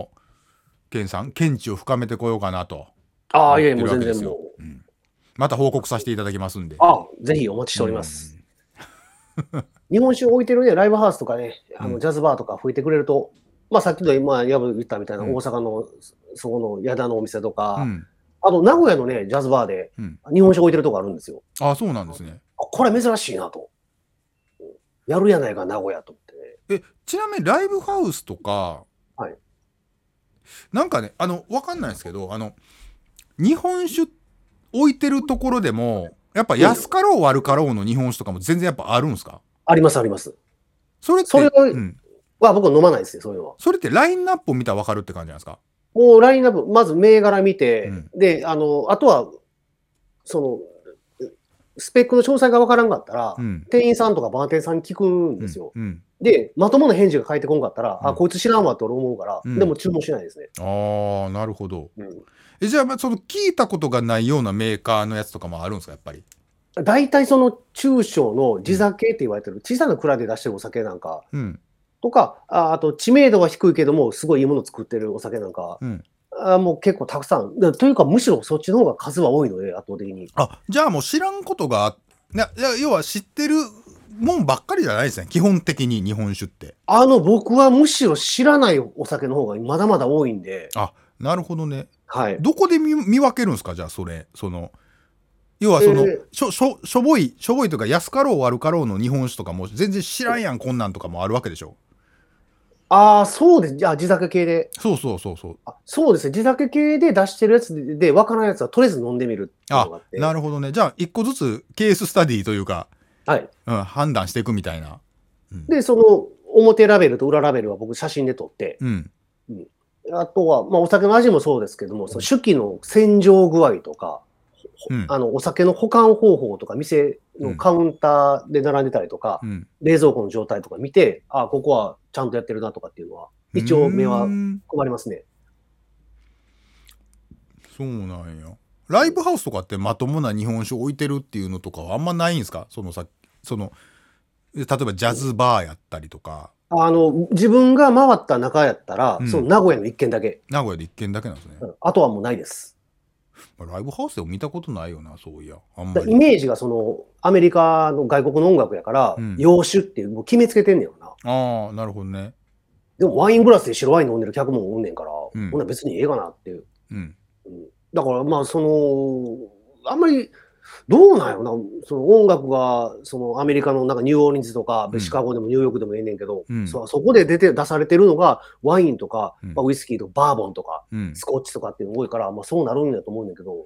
知を深めてこようかなと。 ああ、いやいや、もう全然もう。 また報告させていただきますんで。 ああ、ぜひお待ちしております。日本酒置いてるね、ライブハウスとかね、ジャズバーとか吹いてくれると、さっきの今、ヤブ言ったみたいな大阪のそこの矢田のお店とか、あと名古屋のね、ジャズバーで日本酒置いてるとこあるんですよ。 あ、そうなんですね。 これ珍しいなと。やるやないか、名古屋と思ってね。ちなみにライブハウスとか、なんかね、わかんないですけど、日本酒置いてるところでも、やっぱ安かろう悪かろうの日本酒とかも全然やっぱあるんですか？ ありますあります。 それは僕は飲まないですよ、そういうのは。 それってラインナップを見たら分かるって感じなんですか？ もうラインナップ、まず銘柄見て、で、あとは、スペックの詳細が分からんかったら、店員さんとかバーテンさんに聞くんですよ。で、まともな返事が返ってこんかったら、あ、こいつ知らんわって俺思うから、でも注文しないですね。 ああ、なるほど。じゃあ、聞いたことがないようなメーカーのやつとかもあるんですか、やっぱり。 大体その中小の地酒って言われてる、小さな蔵で出してるお酒なんか、とか、あと知名度は低いけども、すごいいいものを作ってるお酒なんか、もう結構たくさん。というか、むしろそっちの方が数は多いので、圧倒的に。 じゃあもう知らんことが、要は知ってるもんばっかりじゃないですね、基本的に日本酒って。 僕はむしろ知らないお酒の方がまだまだ多いんで。 あ、なるほどね。 はい。 どこで見分けるんですか、じゃあ要はしょぼいとか安かろう悪かろうの日本酒とかも全然知らんやんこんなんとかもあるわけでしょ。 ああ、そうです。じゃあ地酒系で。 そう。 そうですね。地酒系で出してるやつで分からないやつはとりあえず飲んでみるっていうのがあって。 なるほどね。じゃあ一個ずつケーススタディというか、判断していくみたいな。 で、その表ラベルと裏ラベルは僕写真で撮って、あとは、お酒の味もそうですけども、その酒器の洗浄具合とか、お酒の保管方法とか、店のカウンターで並んでたりとか、冷蔵庫の状態とか見て、ここはちゃんとやってるなとかっていうのは、一応目は配りますね。 そうなんや。ライブハウスとかってまともな日本酒置いてるっていうのとかはあんまないんですか？例えばジャズバーやったりとか。 自分が回った中やったら、その名古屋の1軒だけ。 名古屋で1軒だけなんですね。 あとはもうないです。 ライブハウスでも見たことないよな、そういや。あんまりイメージがアメリカの外国の音楽やから、洋酒っていうもう決めつけてんねんよな。 ああ、なるほどね。 でもワイングラスで白ワイン飲んでる客もおんねんから、ほんなら別にええかなっていう。だからあんまり、どうなんやろな、その音楽が、アメリカのなんかニューオーリンズとか、シカゴでもニューヨークでもええねんけど、そこで出されてるのが、ワインとか、ウイスキーとか、バーボンとか、スコッチとかっていうのが多いから、そうなるんやと思うんだけど、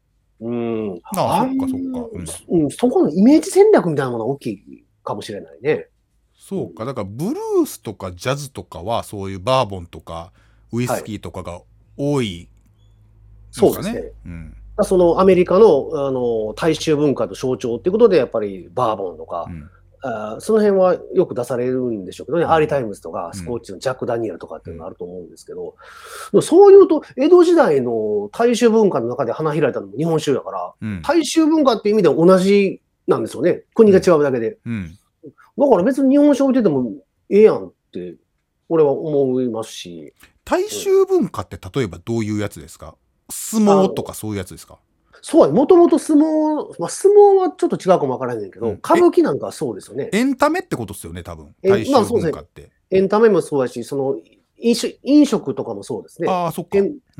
そこのイメージ戦略みたいなものが大きいかもしれないね。 そうか、だからブルースとかジャズとかは、そういうバーボンとか、ウイスキーとかが多い、 そうですね。そのアメリカの大衆文化の象徴っていうことで、やっぱりバーボンとか、その辺はよく出されるんでしょうけどね、アーリータイムズとか、スコッチのジャック・ダニエルとかっていうのがあると思うんですけど、そういうと、江戸時代の大衆文化の中で花開いたのも日本酒だから、大衆文化っていう意味では同じなんですよね。国が違うだけで。だから別に日本酒置いててもええやんって、俺は思いますし。 大衆文化って例えばどういうやつですか？相撲とかそういうやつですか？ そう、もともと相撲、相撲はちょっと違うかもわからないんだけど、歌舞伎なんかはそうですよね。 エンタメってことですよね、多分。大衆文化って。 エンタメもそうだし、飲食とかもそうですね。 ああ、そっか。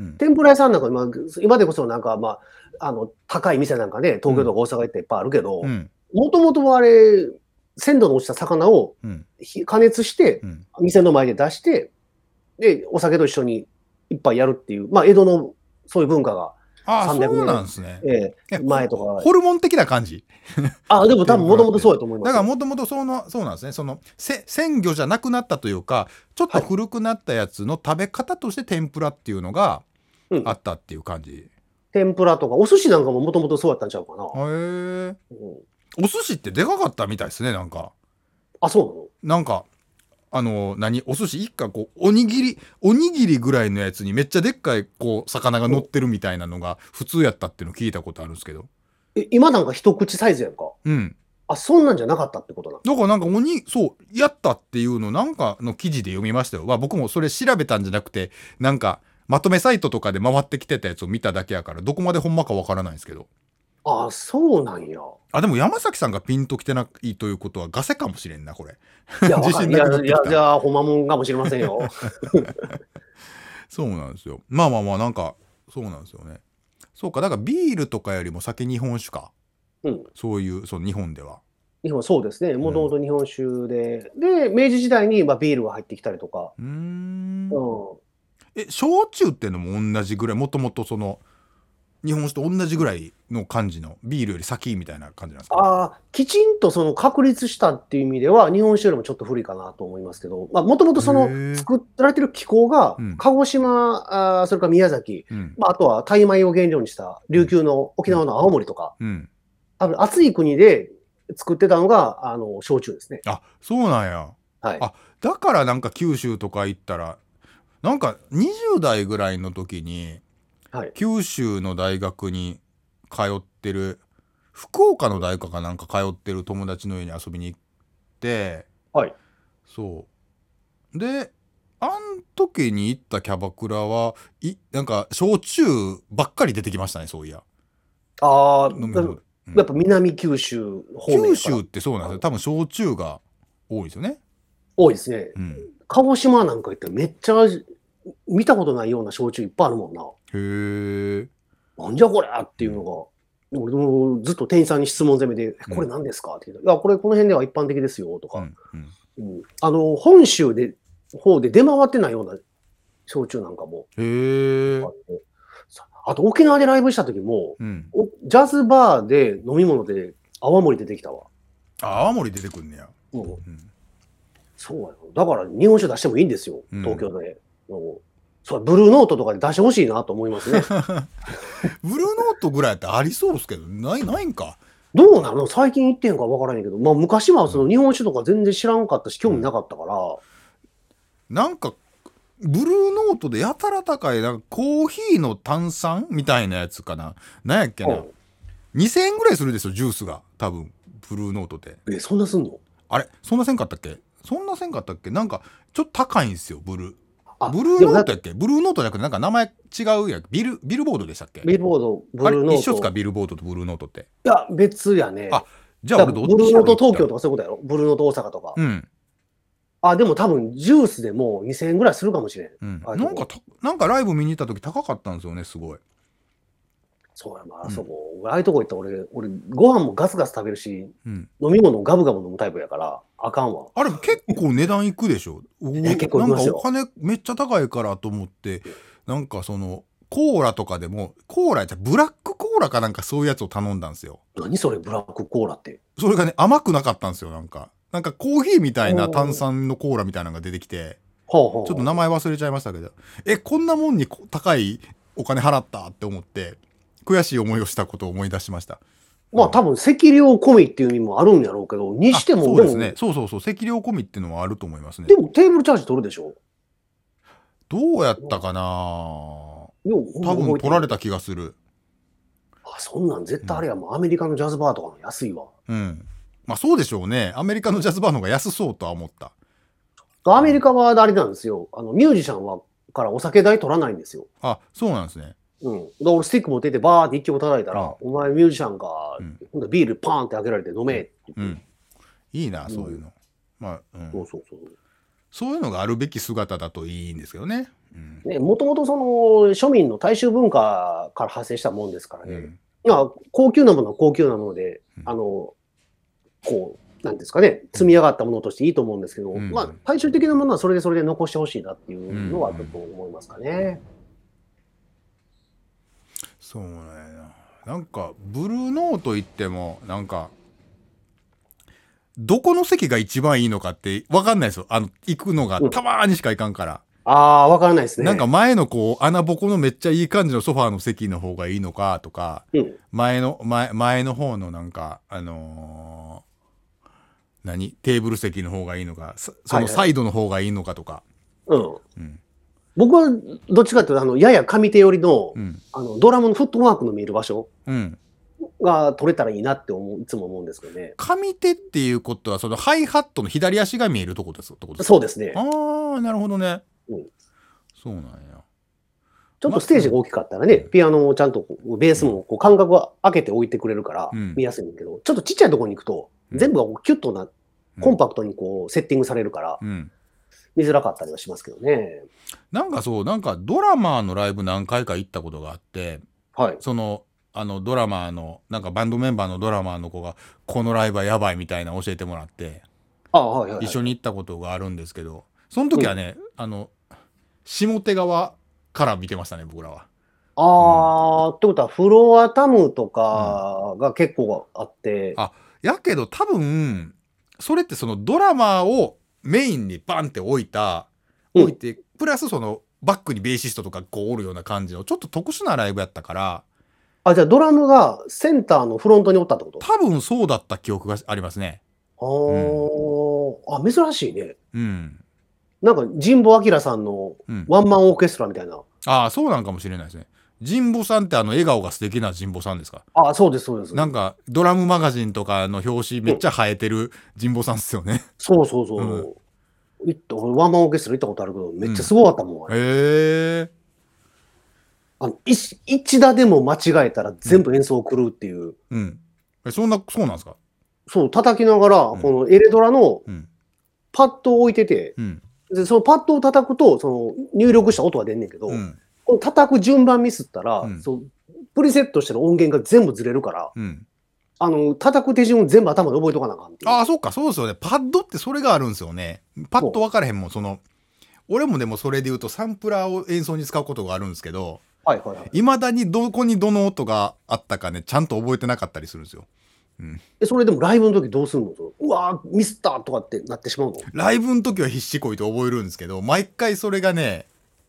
天ぷら屋さんなんか今でこそなんか、高い店なんかね、東京とか大阪行っていっぱいあるけど、もともとはあれ、鮮度の落ちた魚を加熱して、店の前で出して、で、お酒と一緒に一杯やるっていう、江戸のそういう文化が 300年、そうなんですね。 前とか。 ホルモン的な感じ。 でも多分もともとそうやと思います。 だからもともとそうなんですね。鮮魚じゃなくなったというか、ちょっと古くなったやつの食べ方として天ぷらっていうのがあったっていう感じ。 天ぷらとか、お寿司なんかももともとそうやったんちゃうかな。 へえ。お寿司ってでかかったみたいですね、なんか。 そうなの？なんか、お寿司一貫おにぎりぐらいのやつにめっちゃでっかい魚が乗ってるみたいなのが普通やったっていうの聞いたことあるんですけど。 今なんか一口サイズやんか。そんなんじゃなかったってことな。 だからなんかやったっていうのなんかの記事で読みましたよ。僕もそれ調べたんじゃなくて、なんかまとめサイトとかで回ってきてたやつを見ただけやから、どこまでほんまかわからないんですけど。 そうなんや。 でも山崎さんがピンときてないということはガセかもしれんな、これ。 自信なくなってきた。じゃあ、ほんまもんかもしれませんよ。 そうなんですよ。なんか、そうなんですよね。そうか、だからビールとかよりも先日本酒か。そういう、日本では。 日本、そうですね。もともと日本酒で、明治時代にビールが入ってきたりとか。 焼酎っていうのも同じぐらい、もともと日本酒と同じぐらいの感じの、ビールより先みたいな感じなんですか？ きちんと確立したっていう意味では、日本酒よりもちょっと古いかなと思いますけど、もともと作られてる気候が、鹿児島、それから宮崎、あとはタイ米を原料にした琉球の沖縄の青森とか、多分暑い国で作ってたのが、焼酎ですね。 そうなんや。だからなんか九州とか行ったら、なんか20代ぐらいの時に、九州の大学に通ってる、福岡の大学かなんか通ってる友達の家に遊びに行って、そうで、あん時に行ったキャバクラはなんか焼酎ばっかり出てきましたね、そういや。 やっぱ南九州方面。 九州ってそうなんですよ。多分焼酎が多いですよね。 多いですね。鹿児島なんか行ってめっちゃ見たことないような焼酎いっぱいあるもんな。 へえ。 なんじゃこれっていうのが、俺もずっと店員さんに質問攻めで、これ何ですかって言ったら、これこの辺では一般的ですよとか。本州で方で出回ってないような焼酎なんかもあって。あと沖縄でライブした時も、ジャズバーで飲み物で泡盛出てきたわ。 泡盛出てくんねや。 そうやろ。だから日本酒出してもいいんですよ、東京で。ブルーノートとかで出してほしいなと思いますね。 ブルーノートぐらいってありそうですけど、ないんか。 どうなの？最近行ってんか分からへんけど、昔は日本酒とか全然知らんかったし、興味なかったから。 なんか、ブルーノートでやたら高い、なんかコーヒーの炭酸みたいなやつかな。なんやっけな。2000円ぐらいするですよ、ジュースが。多分、ブルーノートで。 そんなすんの？ そんなせんかったっけ？なんか、ちょっと高いんですよ、ブルーノートやっけ？ブルーノートじゃなくて、なんか名前違うやん。ビルボードでしたっけ？ ビルボード、ブルーノート。 一緒っすか、ビルボードとブルーノートって。 いや、別やね。 じゃあ俺どっちやろ？ ブルーノート東京とかそういうことやろ？ブルーノート大阪とか。でも多分ジュースでも2000円ぐらいするかもしれん。 なんかライブ見に行った時高かったんですよね、すごい。 そうやな、ああいうとこ行ったら俺ご飯もガツガツ食べるし、飲み物ガブガブ飲むタイプやからあかんわ。 あれ結構値段いくでしょ？ 結構いきますよ。 なんかお金めっちゃ高いからと思って、なんかコーラとかでも、ブラックコーラかなんかそういうやつを頼んだんですよ。 何それ、ブラックコーラって。 それがね、甘くなかったんですよ、なんかコーヒーみたいな炭酸のコーラみたいなのが出てきて、ちょっと名前忘れちゃいましたけど、こんなもんに高いお金払ったって思って、悔しい思いをしたことを思い出しました。 多分適量込みっていう意味もあるんやろうけど、にしても。 そうですね。そう適量込みっていうのはあると思いますね。 でもテーブルチャージ取るでしょ？ どうやったかな？多分取られた気がする。 そんなん絶対あれやもん、アメリカのジャズバーとかの安いわ。 そうでしょうね。アメリカのジャズバーの方が安そうとは思った。 アメリカはあれなんですよ。ミュージシャンからお酒代取らないんですよ。 そうなんですね。 俺スティック持っててバーって一曲叩いたら、お前ミュージシャンが、ビールパーンって開けられて飲めって言って。 いいな、そういうの。 そう。 そういうのがあるべき姿だといいんですけどね。 もともとその庶民の大衆文化から派生したもんですからね。高級なものは高級なもので、こう、なんですかね、積み上がったものとしていいと思うんですけど、まあ、大衆的なものはそれで残してほしいなっていうのはちょっと思いますかね。 そうね。なんか、ブルーノート行っても、なんか、どこの席が一番いいのかって分かんないですよ。行くのがたまーにしか行かんから。 ああ、分からないですね。 なんか前のこう、穴ぼこのめっちゃいい感じのソファーの席の方がいいのかとか、前の方のなんか、テーブル席の方がいいのか、そのサイドの方がいいのかとか。 僕はどっちかというと、やや上手寄りの、ドラムのフットワークの見える場所が取れたらいいなっていつも思うんですけどね。 上手っていうことは、そのハイハットの左足が見えるとこですか？ そうですね。 ああ、なるほどね。そうなんや。 ちょっとステージが大きかったらね、ピアノもちゃんとベースも間隔を空けて置いてくれるから見やすいんだけど、ちょっとちっちゃいところに行くと、全部がキュッとコンパクトにセッティングされるから、見づらかったりはしますけどね。 なんかドラマーのライブ何回か行ったことがあって、その、ドラマーの、なんかバンドメンバーのドラマーの子が、このライブはやばいみたいな教えてもらって、一緒に行ったことがあるんですけど、その時はね、下手側から見てましたね、僕らは。 ってことは、フロアタムとかが結構あって。 やけど多分、それってそのドラマーをメインにバンって置いて、プラスそのバックにベーシストとかこうおるような感じのちょっと特殊なライブやったから。 じゃあドラムがセンターのフロントにおったってこと？ 多分そうだった記憶がありますね。 珍しいね。なんか神保明さんのワンマンオーケストラみたいな。 そうなんかもしれないですね。神保さんって笑顔が素敵な神保さんですか？ そうです、そうです。 なんかドラムマガジンとかの表紙めっちゃ生えてる神保さんですよね。 そう。ワンマンオーケストラ行ったことあるけど、めっちゃすごかったもん。一打でも間違えたら全部演奏狂うっていう。 そうなんですか？ そう、叩きながら、このエレドラのパッドを置いてて、でそのパッドを叩くと、その入力した音が出んねんけど、この叩く順番ミスったら、プリセットしてる音源が全部ずれるから、叩く手順を全部頭で覚えとかなあかんっていう。 そうか、そうですよね。パッドってそれがあるんですよね。パッド分からへんもん。俺もでもそれで言うとサンプラーを演奏に使うことがあるんですけど、いまだにどこにどの音があったかね、ちゃんと覚えてなかったりするんですよ。 それでもライブの時どうするの？うわーミスったとかってなってしまうの？ ライブの時は必死こいて覚えるんですけど、毎回それがね、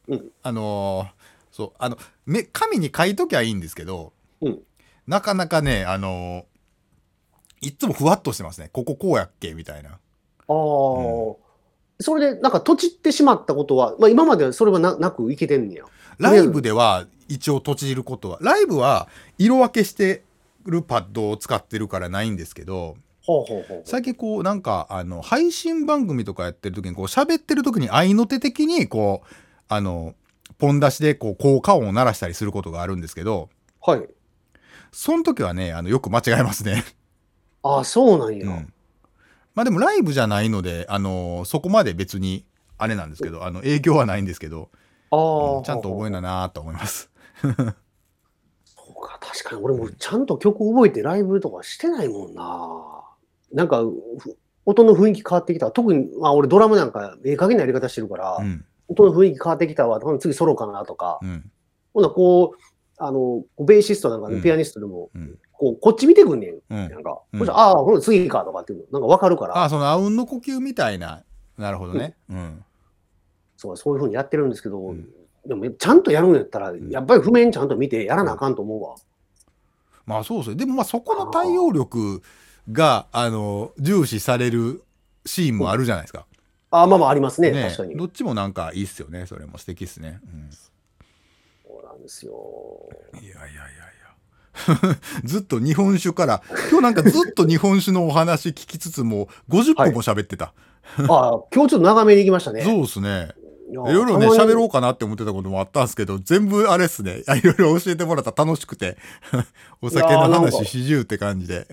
紙に書いときゃいいんですけど、なかなかね、いつもふわっとしてますね。こうやっけみたいな。 それでなんかとちってしまったことは、今まではそれはなくいけてんねや。 ライブでは一応とちることは、ライブは色分けしてるパッドを使ってるからないんですけど、最近こうなんか配信番組とかやってる時にこう喋ってる時に合いの手的にこうポン出しでこう効果音を鳴らしたりすることがあるんですけど、その時はねよく間違えますね。 そうなんや。 でもライブじゃないのでそこまで別にあれなんですけど影響はないんですけど、ちゃんと覚えななと思います。 そうか、確かに俺もちゃんと曲覚えてライブとかしてないもんな。なんか音の雰囲気変わってきた。特に俺ドラムなんか加減なやり方してるから、音の雰囲気変わってきたわ。次ソロかなとか。ほなこうベーシストなんかね、ピアニストでも、こっち見てくんねん。なんか、ほんと次かとかっていうの、なんかわかるから。 そのあうんの呼吸みたいな。なるほどね。 そういうふうにやってるんですけど、でもちゃんとやるんやったら、やっぱり譜面ちゃんと見てやらなあかんと思うわ。 そうですね。でもそこの対応力が、重視されるシーンもあるじゃないですか。 ありますね、確かに。 どっちもなんかいいっすよね。それも素敵っすね。 そうなんですよ。 いや。ずっと日本酒から、今日なんかずっと日本酒のお話聞きつつも、50分も喋ってた。 今日ちょっと長めに行きましたね。 そうですね。いろいろね、喋ろうかなって思ってたこともあったんですけど、全部あれっすね。いろいろ教えてもらったら楽しくて、お酒の話しじゅうって感じで。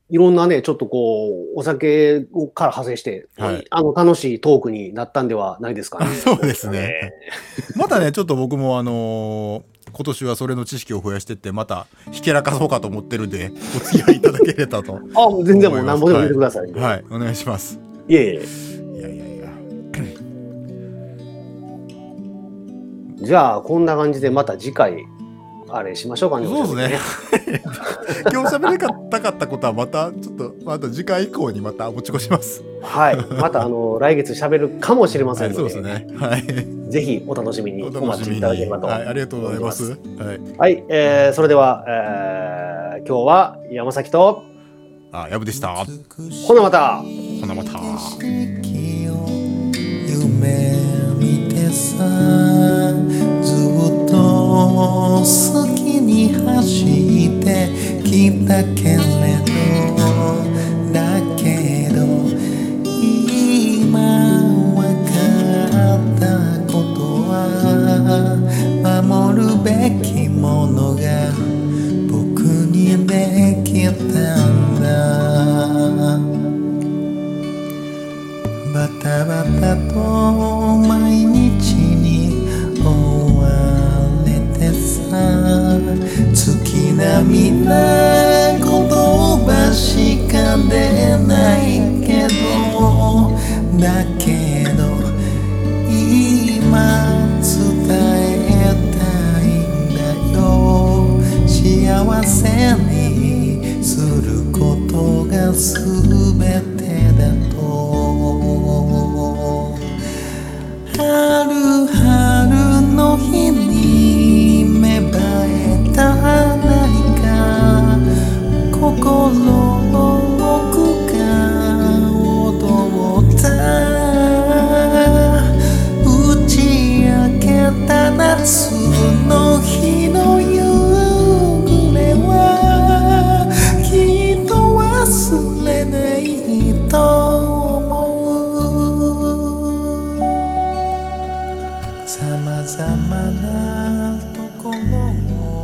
いろんなね、ちょっとこう、お酒から派生して、はい、楽しいトークになったんではないですかね。 そうですね。またね、ちょっと僕も今年はそれの知識を増やしてって、またひけらかそうかと思ってるんで、お付き合いいただければと。 あ、全然もう何ぼでも言ってください、 ね。はい、お願いします。 いえいえ。じゃあ、こんな感じでまた次回、あれしましょうかね。 そうですね。今日喋れなかったことはまたちょっとまた次回以降にまた持ち越します。 はい。また来月喋るかもしれませんので、 はい、そうですね。はい。 ぜひお楽しみにお待ちいただければと思います。 はい、ありがとうございます。はい。 はい、それでは、今日は山崎とやぶでした。 ほなまた。 ほなまた。 夢見てさ、ずっと好きに走ってきたけれど、だけど今わかったことは、守るべきものが僕にできたんだ。バタバタと毎日に追われてさ、月並みな言葉しか出ないけど、だけど今伝えたいんだよ。幸せにすることが全てだと。春の日に芽生えた何か、心の奥が踊った。打ち明けた夏の日の夕暮れは、きっと忘れないとさまざまなところを